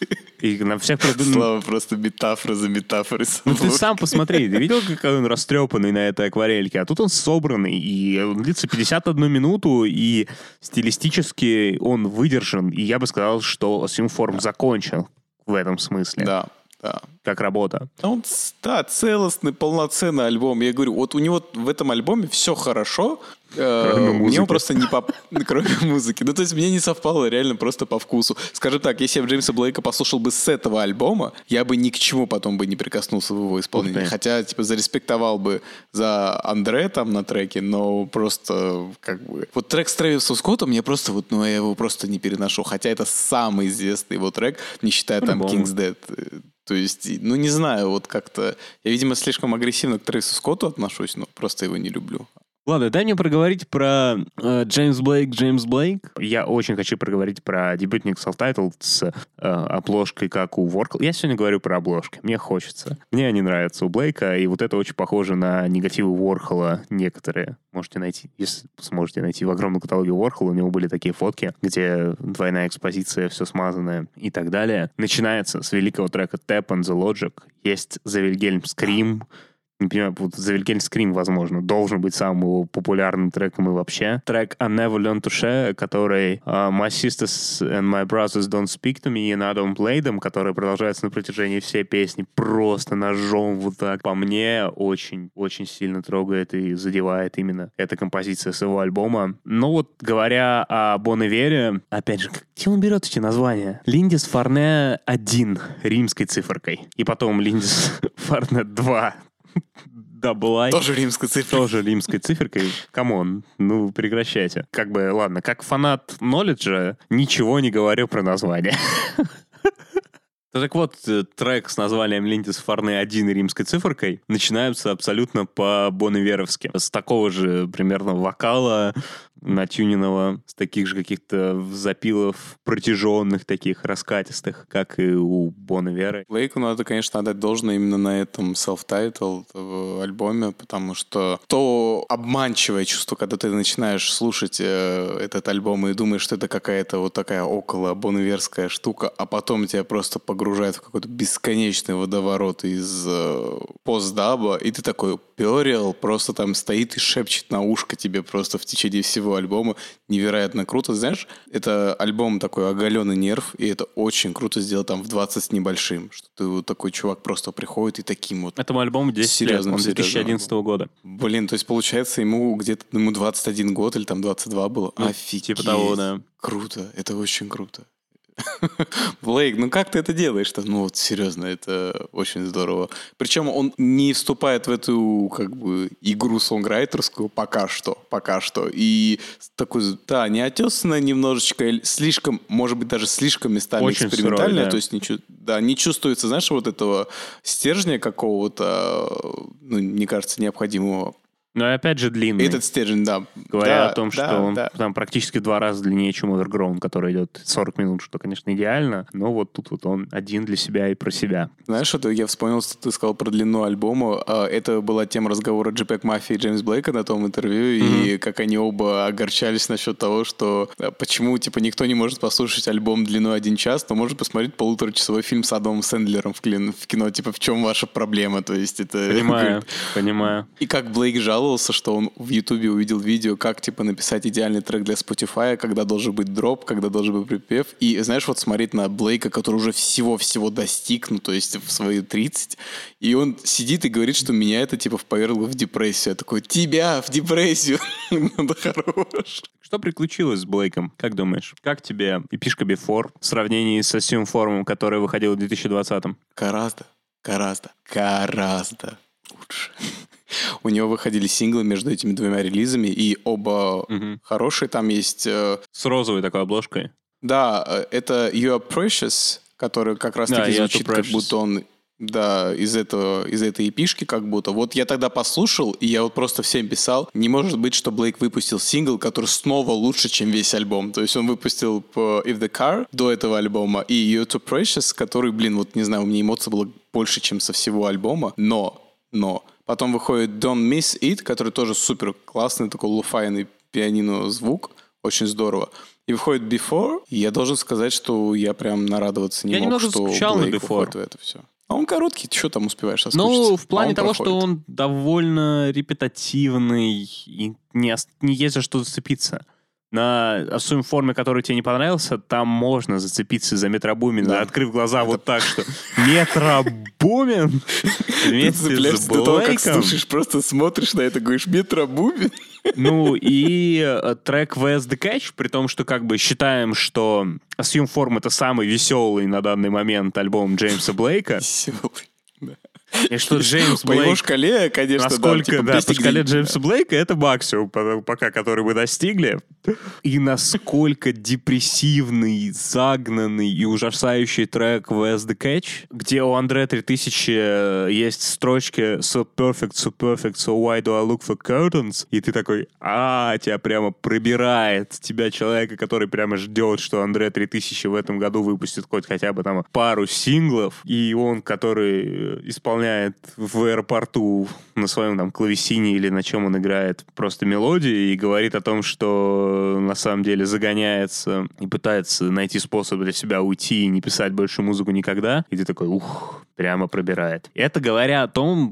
И на всех... Слава, просто метафора за метафорой. Ну ты сам посмотри, ты видел, какой он растрепанный на этой акварельке? А тут он собранный, и он длится пятьдесят одну минуту, и стилистически он выдержан. И я бы сказал, что Assume Form закончен в этом смысле. Да, да. Как работа. Он, да, целостный, полноценный альбом. Я говорю, вот у него в этом альбоме все хорошо, Кроме музыки. Мне он просто не по... Кроме музыки. Ну, то есть мне не совпало реально просто по вкусу. Скажем так, если я Джеймса Блейка послушал бы с этого альбома, я бы ни к чему потом бы не прикоснулся в его исполнении. Okay. Хотя, типа, зареспектовал бы за Андре там на треке, но просто как бы... Вот трек с Трэвисом Скоттом я просто вот, ну, я его просто не переношу. Хотя это самый известный его трек, не считая там King's Dead. То есть, ну, не знаю, вот как-то... Я, видимо, слишком агрессивно к Трэвису Скотту отношусь, но просто его не люблю. Ладно, дай мне проговорить про э, Джеймс Блейк, Джеймс Блейк. Я очень хочу проговорить про дебютник Self-Titled с э, обложкой, как у Воркла. Я сегодня говорю про обложки, мне хочется. Мне они нравятся у Блейка, и вот это очень похоже на негативы Ворхола некоторые. Можете найти, если сможете найти в огромном каталоге Ворхола, у него были такие фотки, где двойная экспозиция, все смазанное и так далее. Начинается с великого трека Tap on the Logic. Есть The Wilhelm Scream. Не понимаю, вот The Wilhelm Scream, возможно, должен быть самым его популярным треком и вообще. Трек I Never Learned to Share, который uh, My Sisters and My Brothers Don't Speak to Me and I Don't Play Them, который продолжается на протяжении всей песни, просто ножом вот так. По мне, очень-очень сильно трогает и задевает именно эта композиция с его альбома. Но вот говоря о Бон Ивере, опять же, где он берет эти названия? Линдис Фарне один римской циферкой. И потом Линдис Фарне два. Даблай. Тоже римской цифрой. Тоже римской циферкой. Камон, ну прекращайте. Как бы, ладно, как фанат Knowledge ничего не говорю про название. Так вот, трек с названием «Линдис Фарне один» и римской циферкой начинаются абсолютно по-бон-иверовски. С такого же примерно вокала, натюненного, с таких же каких-то запилов протяженных, таких раскатистых, как и у Бон Ивера. Блейку надо, конечно, отдать должное именно на этом self-titled альбоме, потому что то обманчивое чувство, когда ты начинаешь слушать э, этот альбом и думаешь, что это какая-то вот такая около бон-иверская штука, а потом тебя просто погружает в какой-то бесконечный водоворот из э, постдаба, и ты такой, Пёрил просто там стоит и шепчет на ушко тебе просто в течение всего альбома. Невероятно круто. Знаешь, это альбом такой оголенный нерв, и это очень круто сделать там в двадцать с небольшим. Что ты вот такой чувак просто приходит и таким вот... Этому альбому десять лет, он две тысячи одиннадцатого года. Блин, то есть получается ему где-то ему двадцать один год или там двадцать два было. Ну, офигеть. Типа того, да. Круто, это очень круто. Блейк, ну как ты это делаешь-то? Ну вот серьезно, это очень здорово. Причем он не вступает в эту как бы игру сонграйтерскую пока что, пока что. И такой, да, неотесанно немножечко, слишком, может быть, даже слишком местами очень экспериментальное. сырой, да. То есть не, да, не чувствуется, знаешь, вот этого стержня какого-то, ну, мне кажется, необходимого. Но и опять же длинный. Этот стержень, да. Говоря да, о том, что да, он да. там практически в два раза длиннее, чем Overgrown, который идет сорок минут, что, конечно, идеально, но вот тут вот он один для себя и про себя. Знаешь, что я вспомнил, что ты сказал про длину альбома. Это была тема разговора JPEG Mafia и Джеймс Блейка на том интервью, mm-hmm. и как они оба огорчались насчет того, что почему, типа, никто не может послушать альбом длиной один час, но может посмотреть полуторачасовой фильм с Адамом Сэндлером в кино. Типа, в чем ваша проблема? То есть это... Понимаю, понимаю. И как Блейк жалуется, жаловался, что он в Ютубе увидел видео, как, типа, написать идеальный трек для Spotify, когда должен быть дроп, когда должен быть припев. И, знаешь, вот смотреть на Блейка, который уже всего-всего достиг, ну, то есть в свои тридцать, и он сидит и говорит, что меня это, типа, повергло в депрессию. Я такой, тебя в депрессию! Ну, хорош. Что приключилось с Блейком, как думаешь? Как тебе эпишка Before в сравнении с Assume Form, которая выходила в две тысячи двадцатом? Гораздо, гораздо, гораздо лучше. У него выходили синглы между этими двумя релизами, и оба Мгм. хорошие. Там есть... э, С розовой такой обложкой. Да, э, это You Are Precious, который как Да, раз-таки You Are звучит, Too как Precious. будто он... Да, из, этого, из этой эпишки как будто. Вот я тогда послушал, и я вот просто всем писал, не может быть, что Блейк выпустил сингл, который снова лучше, чем весь альбом. То есть он выпустил по If the Car до этого альбома, и You're Too Precious, который, блин, вот не знаю, у меня эмоций было больше, чем со всего альбома. Но, но, потом выходит Don't Miss It, который тоже супер классный, такой луфайный пианино звук, очень здорово. И выходит Before, и я должен сказать, что я прям нарадоваться не Я мог, немного что скучал на Блейк Before. уходит в это все. А он короткий, что там успеваешь соскучиться? Ну, в плане А он того, проходит. что он довольно репетативный и не, ос- не есть за что зацепиться. На Assume форме, который тебе не понравился, там можно зацепиться за Метробумин, Да. открыв глаза вот так, что Метробумин Ты вместе цепляешься с до того, как Блейком. слушаешь, просто смотришь на это, говоришь, Метробумин. Ну и э, трек ви эс The Catch, при том, что как бы считаем, что Assume Form — это самый веселый на данный момент альбом Джеймса Блейка, Веселый. и что Джеймс По его Блейк, шкале, конечно, насколько, да. типа, да, по песни, шкале где- Джеймса Блейка это максимум, по- пока который мы достигли, и насколько депрессивный, загнанный и ужасающий трек ви эс The Catch, где у Андре три тысячи есть строчки So perfect, so perfect, so why do I look for curtains? И ты такой, а, тебя прямо пробирает, тебя человека, который прямо ждет, что Андре три тысячи в этом году выпустит хоть хотя бы там пару синглов, и он, который исполняет в аэропорту на своем там клавесине или на чем он играет просто мелодии и говорит о том, что на самом деле загоняется и пытается найти способ для себя уйти и не писать больше музыку никогда. И ты такой, ух, прямо пробирает. И это говоря о том,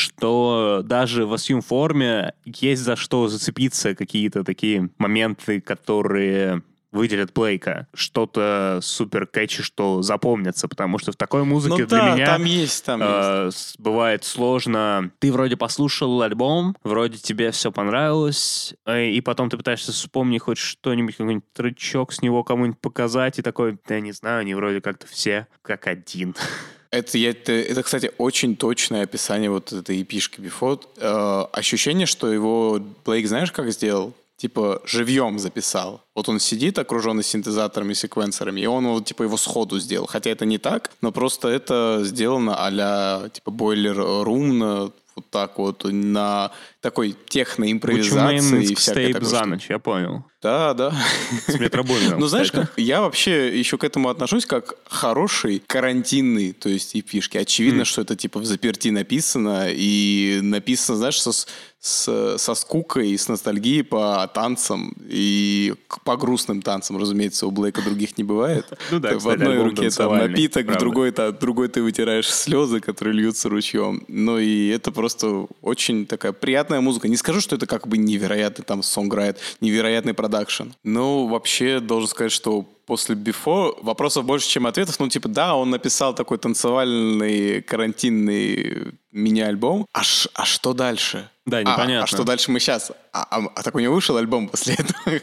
что даже в Assume форме есть за что зацепиться, какие-то такие моменты, которые выделят Блейка. Что-то супер кэчи, что запомнится, потому что в такой музыке Ну для да, меня там есть, там есть. э, с- бывает сложно. Ты вроде послушал альбом, вроде тебе все понравилось, э, и потом ты пытаешься вспомнить хоть что-нибудь, какой-нибудь тречок с него кому-нибудь показать, и такой, да не знаю, они вроде как-то все как один. Это, я, это, это, кстати, очень точное описание вот этой эпишки Before. Э, ощущение, что его Блейк, знаешь, как сделал? Типа, живьем записал. Вот он сидит, окруженный синтезаторами, секвенсорами, и он вот, типа, его сходу сделал. Хотя это не так, но просто это сделано а-ля, типа, Boiler Room, на, вот так вот, на такой техноимпровизации и всякое Микстейп такое. за что- ночь, я понял. Да, да. С Метробумином. Ну, знаешь, кстати. как я вообще еще к этому отношусь как хороший карантинный, то есть эпишки. Очевидно, Мгм. что это типа в заперти написано, и написано, знаешь, со, с- с- со скукой и с ностальгией по танцам, и к- по грустным танцам, разумеется, у Блейка других не бывает. Ну да, Так, в кстати, одной альбом руке там танцевальный, напиток, в правда. другой, та- другой ты вытираешь слезы, которые льются ручьем. Ну и это просто очень такая приятная музыка. Не скажу, что это как бы невероятный там сонграйт, невероятный продакшн. Но вообще должен сказать, что после Before вопросов больше, чем ответов. Ну, типа, да, он написал такой танцевальный, карантинный мини-альбом. А, ш- а что дальше? Да, А- непонятно. А, что дальше мы сейчас? А, а- а так у него вышел альбом после этого.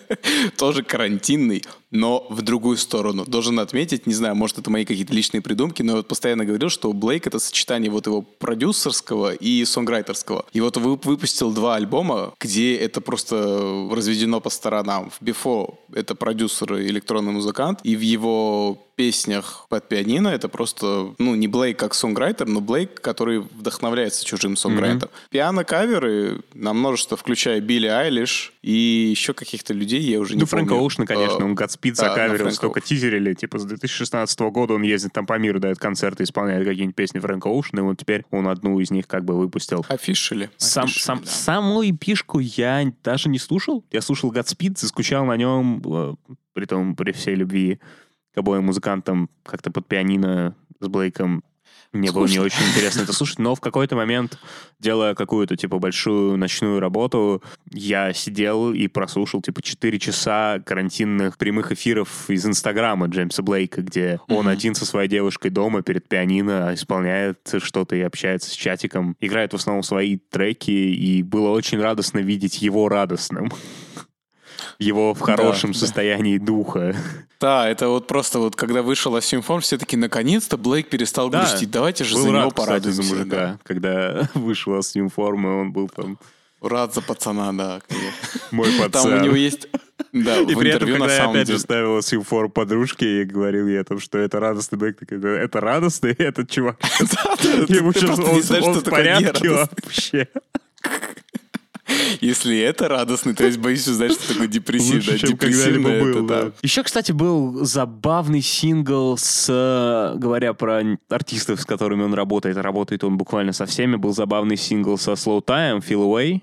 Тоже карантинный, но в другую сторону. Должен отметить, не знаю, может, это мои какие-то личные придумки, но я вот постоянно говорил, что Блейк — это сочетание вот его продюсерского и сонграйтерского. И вот вы- выпустил два альбома, где это просто разведено по сторонам. В Before — это продюсер и электронный музыкант, и в его песнях под пианино это просто, ну, не Блейк как сонграйтер, но Блейк, который вдохновляется чужим сонграйтером. Пиано-каверы на множество, включая Билли Айлиш и еще каких-то людей, я уже не Ну, помню. Фрэнка Оушена, конечно, А, он Godspeed да, на закаверил, Фрэнка столько Оушена. тизерили, типа, с две тысячи шестнадцатого года он ездит там по миру, дает концерты, исполняет какие-нибудь песни Фрэнка Оушена, и вот теперь он одну из них как бы выпустил. Афишили. Сам, Афишили, сам, да. Саму эпишку я даже не слушал. Я слушал Godspeed, заскучал на нем, э, при том, при всей любви к обоим музыкантам, как-то под пианино с Блейком Мне было не очень интересно это слушать, но в какой-то момент, делая какую-то, типа, большую ночную работу, я сидел и прослушал, типа, четыре часа карантинных прямых эфиров из Инстаграма Джеймса Блейка, где mm-hmm. он один со своей девушкой дома перед пианино исполняет что-то и общается с чатиком, играет в основном свои треки, и было очень радостно видеть его радостным. Его в хорошем да, состоянии да. духа. Да, это вот просто вот, когда вышел Assume Form, все таки наконец-то Блейк перестал да, грустить. Давайте же за него порадуемся. За мужика, да. Когда вышел Assume Form, и он был там... Рад за пацана, да. Мой пацан. Там у него есть... Да, и в при этом, интервью, когда на я самом опять деле... же ставил Assume Form подружке и говорил ей о том, что это радостный Блейк, такой, это радостный этот чувак. Ему сейчас он в порядке вообще. Если это радостный, то есть боюсь узнать, что такое депрессивное. Лучше, чем когда-либо был, да. Еще, кстати, был забавный сингл с, говоря про артистов, с которыми он работает, работает он буквально со всеми, был забавный сингл со Slow Time, Feel Away.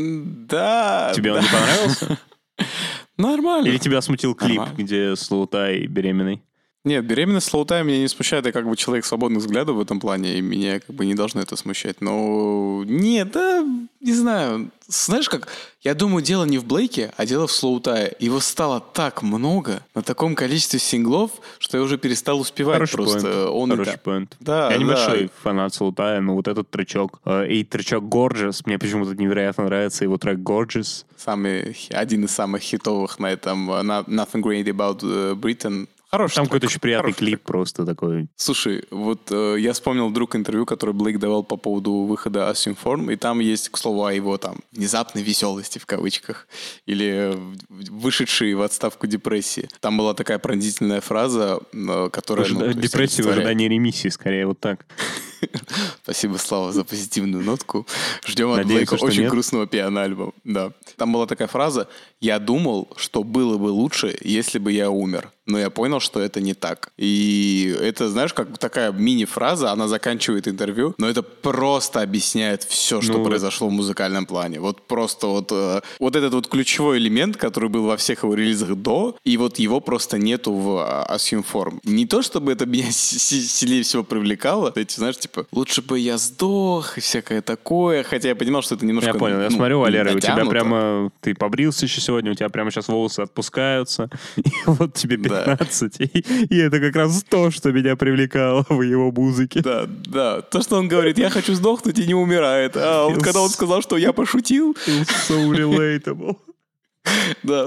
Да. Тебе да. он не понравился? Нормально. Или тебя смутил клип, Нормально. где Slow Tie беременный? Нет, беременность Slow Time меня не смущает. Я как бы человек свободных взглядов в этом плане, и меня как бы не должно это смущать. Но нет, да, не знаю. Знаешь как, я думаю, дело не в Блейке, а дело в Slow Tie. Его стало так много на таком количестве синглов, что я уже перестал успевать. Хороший просто. Point. Он Хороший это... point. Да, я небольшой да. фанат Slow Tie, но вот этот тречок, и тречок Gorgeous, мне почему-то невероятно нравится его трек Gorgeous. Самый, один из самых хитовых на этом Nothing Great About Britain. Хороший Там трек. какой-то очень приятный Хороший клип трек. просто такой. Слушай, вот э, я вспомнил вдруг интервью, которое Блейк давал по поводу выхода Assume Form, и там есть, к слову, о его там внезапной веселости в кавычках, или вышедшей в отставку депрессии. Там была такая пронзительная фраза, э, которая... Ожида... Ну, депрессия в ожидании ремиссии, скорее, вот так. Спасибо, Слава, за позитивную нотку. Ждем от Надеемся, Блейка очень нет. грустного пиано-альбома. Да. Там была такая фраза: «Я думал, что было бы лучше, если бы я умер. Но я понял, что это не так». И это, знаешь, как такая мини-фраза, она заканчивает интервью, но это просто объясняет все, что Ну, произошло в музыкальном плане. Вот просто вот, э, вот этот вот ключевой элемент, который был во всех его релизах до, и вот его просто нету в э, Assume Form. Не то, чтобы это меня с- с- сильнее всего привлекало, эти, знаешь, типа, лучше бы я сдох и всякое такое, хотя я понимал, что это немножко... Я понял, я ну, смотрю, Валера, у тебя натянуто. прямо... Ты побрился еще сегодня, у тебя прямо сейчас волосы отпускаются, и вот тебе Да. пятнадцать, и, и это как раз то, что меня привлекало в его музыке. Да, да. То, что он говорит, я хочу сдохнуть и не умирает. А вот когда он сказал, что я пошутил... So relatable. Да.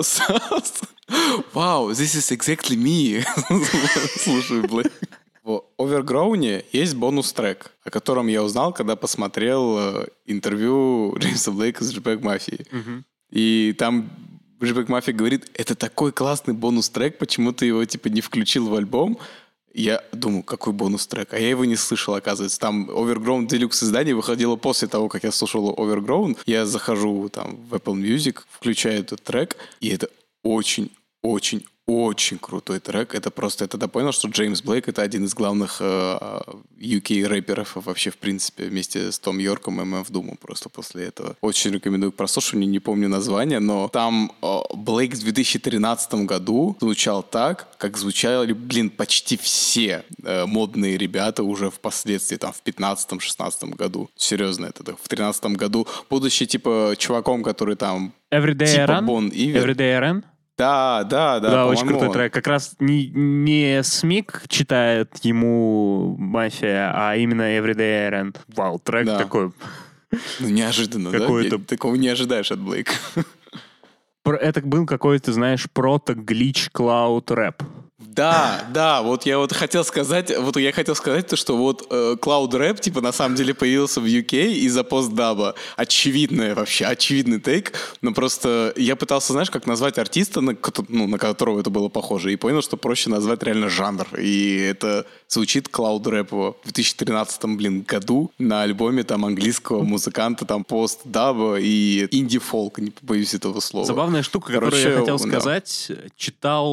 Вау, this is exactly me. Слушай, блин. В Overgrown есть бонус-трек, о котором я узнал, когда посмотрел э, интервью Джеймса Блейка с Джипэк Мафией. И там Джипэк Мафия говорит, это такой классный бонус-трек, почему ты его типа не включил в альбом? Я думаю, какой бонус-трек? А я его не слышал, оказывается. Там Overgrown Deluxe издание выходило после того, как я слушал Overgrown. Я захожу там в Apple Music, включаю этот трек, и это очень-очень очень крутой трек. Это просто... Я тогда понял, что Джеймс Блейк — это один из главных э, ю кей-рэперов вообще, в принципе, вместе с Том Йорком и эм эф Doom просто после этого. Очень рекомендую к прослушиванию. Не помню название, но там э, Блейк в две тысячи тринадцатом году звучал так, как звучали, блин, почти все э, модные ребята уже впоследствии, там, в пятнадцатом-шестнадцатом году. Серьезно, это так. В тринадцатом году, будучи, типа, чуваком, который там... Everyday типа Run? Бон Ивер. Everyday Run? Да, да, да. Да, очень по-моему, крутой трек. Как раз не, не Смик читает ему Мафия, а именно Everyday Run. Вау, трек Да. такой... Ну, неожиданно, Какой-то- да? Такого не ожидаешь от Блейка. Про- Это был какой-то, знаешь, прото-глич клауд рэп. Да, да, вот я вот хотел сказать, вот я хотел сказать то, что вот э, Cloud Rap, типа, на самом деле появился в ю кей из-за постдаба. Очевидный вообще, очевидный тейк, но просто я пытался, знаешь, как назвать артиста, на, кото- ну, на которого это было похоже, и понял, что проще назвать реально жанр, и это звучит Cloud Rap в две тысячи тринадцатом, блин, году на альбоме там английского музыканта, там постдаба и инди-фолк, не побоюсь этого слова. Забавная штука, Короче, которую я хотел да. сказать. Читал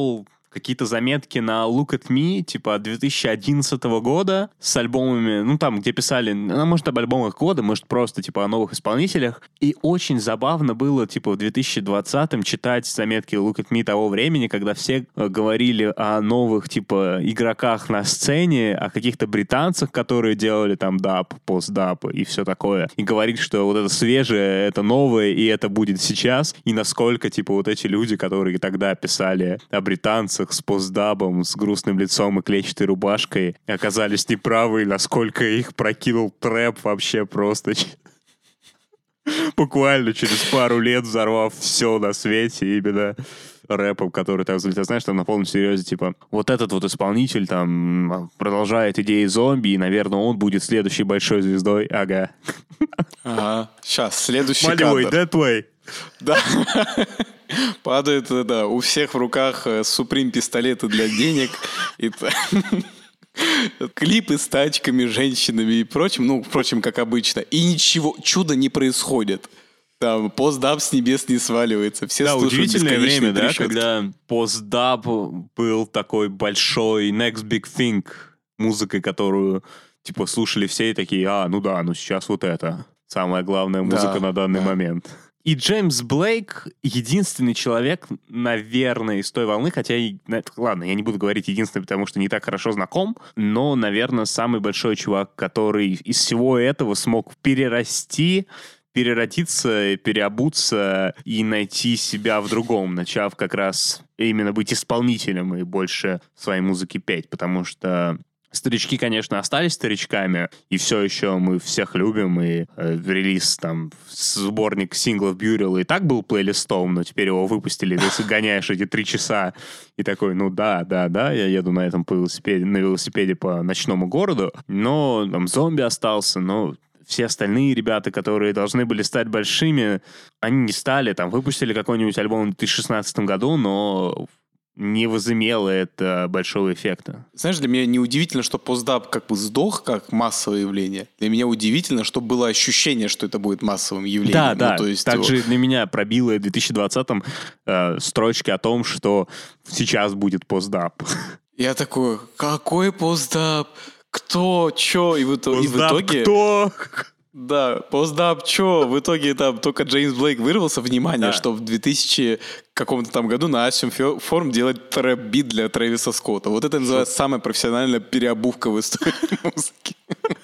какие-то заметки на Look at Me, типа две тысячи одиннадцатого года, с альбомами, ну, там, где писали, ну, может, об альбомах года, может, просто, типа, о новых исполнителях. И очень забавно было, типа, в две тысячи двадцатом читать заметки Look at Me того времени, когда все говорили о новых, типа, игроках на сцене, о каких-то британцах, которые делали там даб, постдаб и все такое. И говорить, что вот это свежее, это новое, и это будет сейчас. И насколько, типа, вот эти люди, которые тогда писали о британцах с постдабом, с грустным лицом и клетчатой рубашкой, оказались неправы, и насколько их прокинул трэп вообще просто. Буквально через пару лет взорвав все на свете, именно рэпом, который так взлетел. Знаешь, там на полном серьезе, типа, вот этот вот исполнитель там продолжает идеи зомби, и, наверное, он будет следующей большой звездой. Ага. Ага. Сейчас, следующий Малевой, кадр. that way. Да. Падает, да, у всех в руках Supreme пистолеты для денег. И клипы с тачками, женщинами и прочим. Ну, впрочем, как обычно. И ничего, чуда не происходит. Там постдаб с небес не сваливается. Все да, слушают удивительное время, да, трещотки. когда постдаб был такой большой next big thing музыкой, которую, типа, слушали все и такие, а, ну да, ну сейчас вот это. Самая главная музыка Да, на данный да. момент. И Джеймс Блейк единственный человек, наверное, из той волны, хотя, и, ладно, я не буду говорить единственный, потому что не так хорошо знаком, но, наверное, самый большой чувак, который из всего этого смог перерасти, переродиться, переобуться и найти себя в другом, начав как раз именно быть исполнителем и больше своей музыки петь, потому что старички, конечно, остались старичками, и все еще мы всех любим, и э, релиз, там, сборник синглов Burial и так был плейлистом, но теперь его выпустили, ты гоняешь эти три часа, и такой, ну да, да, да, я еду на этом по велосипеде, на велосипеде по ночному городу, но там зомби остался, но все остальные ребята, которые должны были стать большими, они не стали, там, выпустили какой-нибудь альбом в две тысячи шестнадцатом году, но не возымело это большого эффекта. Знаешь, для меня неудивительно, что постдаб как бы сдох как массовое явление. Для меня удивительно, что было ощущение, что это будет массовым явлением. Да, ну, да. То есть Также его... для меня пробило в две тысячи двадцатом э, строчки о том, что сейчас будет постдаб. Я такой, какой постдаб? Кто? Чё? И в, итоге, и в итоге... кто? Да, постдаб, чё? В итоге там только Джеймс Блейк вырвался, внимание, Да. что в две тысячи каком-то там году на Assume Form делать трэп-бит для Трэвиса Скотта. Вот это называется самая профессиональная переобувка в истории музыки.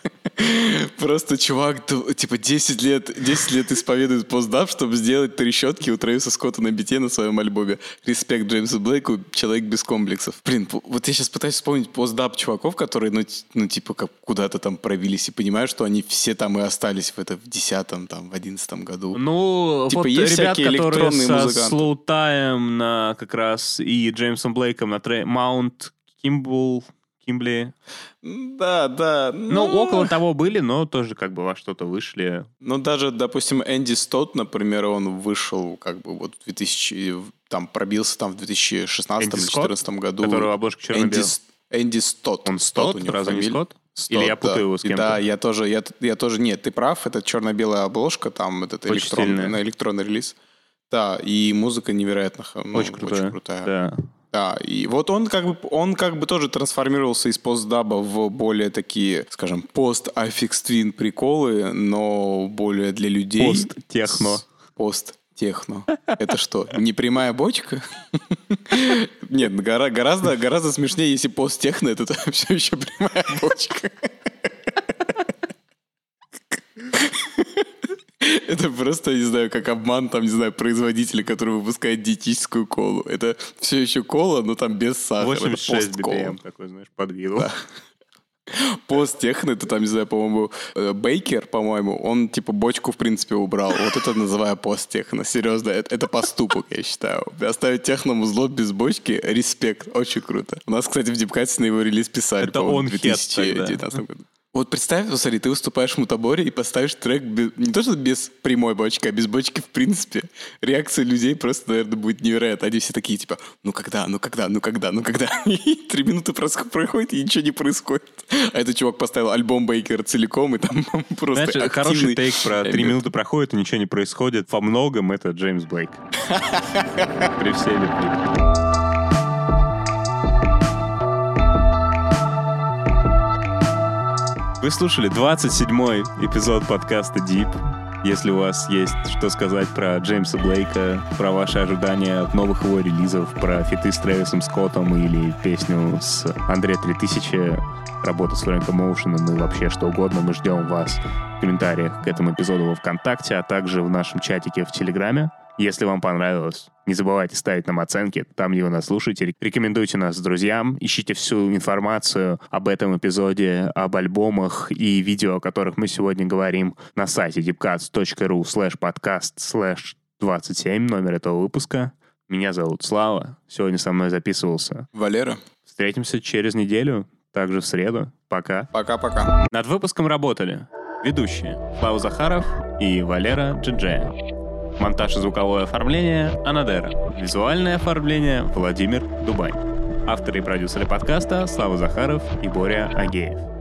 Просто чувак, типа, десять лет, десять лет исповедует постдаб, чтобы сделать трещотки у Трэвиса Скотта на бите на своем альбоме. Респект Джеймсу Блейку, человек без комплексов. Блин, вот я сейчас пытаюсь вспомнить постдаб чуваков, которые, ну, ну типа, как куда-то там пробились, и понимаю, что они все там и остались в, это, в десятом, там, в одиннадцатом году. Ну, Типа, вот есть ребят, всякие которые электронные со музыканты. Слоутаем на как раз и Джеймсом Блейком на трек Маунт Кимбл, Кимбли. Да, да. Ну, около того были, но тоже как бы во что-то вышли. Ну, даже, допустим, Энди Стот, например, он вышел как бы вот в две тысячи... Там пробился там в две тысячи шестнадцатом или две тысячи четырнадцатом году. Которого обложка черно-белая. Энди, Энди Стот. Он Стот? у него Разве не фамилия. Скотт? Стот, Или я путаю да. его с И кем-то? Да, я тоже, я, я тоже... Нет, ты прав, это черно-белая обложка, там этот Очень электронный, стильная. на электронный релиз. Да, и музыка невероятно ну, Очень крутая. Очень крутая. Да. Да, и вот он как бы, он как бы тоже трансформировался из постдаба в более такие, скажем, пост-Aphex Twin приколы, но более для людей. Пост-техно. С- Пост-техно. Это что, не прямая бочка? Нет, гора- гораздо, гораздо смешнее, если пост-техно, это все еще прямая бочка. Это просто, не знаю, как обман, там, не знаю, производителя, который выпускает диетическую колу. Это все еще кола, но там без сахара. восемьдесят шесть Это пост-кола. би пи эм такой, знаешь, подвинул. Да. Пост-техно, это там, не знаю, по-моему, э, Бейкер, по-моему, он, типа, бочку, в принципе, убрал. Вот это называю пост-техно. Серьезно, это, это поступок, я считаю. Оставить техно-музло без бочки — респект. Очень круто. У нас, кстати, в Дипкате на его релиз писали, Это по-моему, он в хет две тысячи девятнадцатом году. Вот представь, вот смотри, ты выступаешь в мутаборе и поставишь трек без- не то что без прямой бочки, а без бочки в принципе. Реакция людей просто, наверное, будет невероятна. Они все такие, типа, ну когда, ну когда, ну когда, ну когда. И три минуты прос- проходит, и ничего не происходит. А этот чувак поставил альбом Бейкера целиком, и там просто Знаешь, активный хороший тейк про три элемент. минуты проходит, и ничего не происходит. Во многом это Джеймс Блейк. При всей любви. Вы слушали двадцать седьмой эпизод подкаста Deep. Если у вас есть что сказать про Джеймса Блейка, про ваши ожидания от новых его релизов, про фиты с Трэвисом Скоттом или песню с Андре три тысячи, работу с Фрэнком Оушеном и вообще что угодно, мы ждем вас в комментариях к этому эпизоду во ВКонтакте, а также в нашем чатике в Телеграме. Если вам понравилось, не забывайте ставить нам оценки там, где вы нас слушаете. Рекомендуйте нас друзьям, ищите всю информацию об этом эпизоде, об альбомах и видео, о которых мы сегодня говорим на сайте deepcuts.ru слэш подкаст слэш двадцать семь, номер этого выпуска. Меня зовут Слава, сегодня со мной записывался Валера. Встретимся через неделю, также в среду. Пока. Пока-пока. Над выпуском работали ведущие Слава Захаров и Валера Джиджея. Монтаж и звуковое оформление — Анадера. Визуальное оформление — Владимир Дубань. Авторы и продюсеры подкаста — Слава Захаров и Боря Агеев.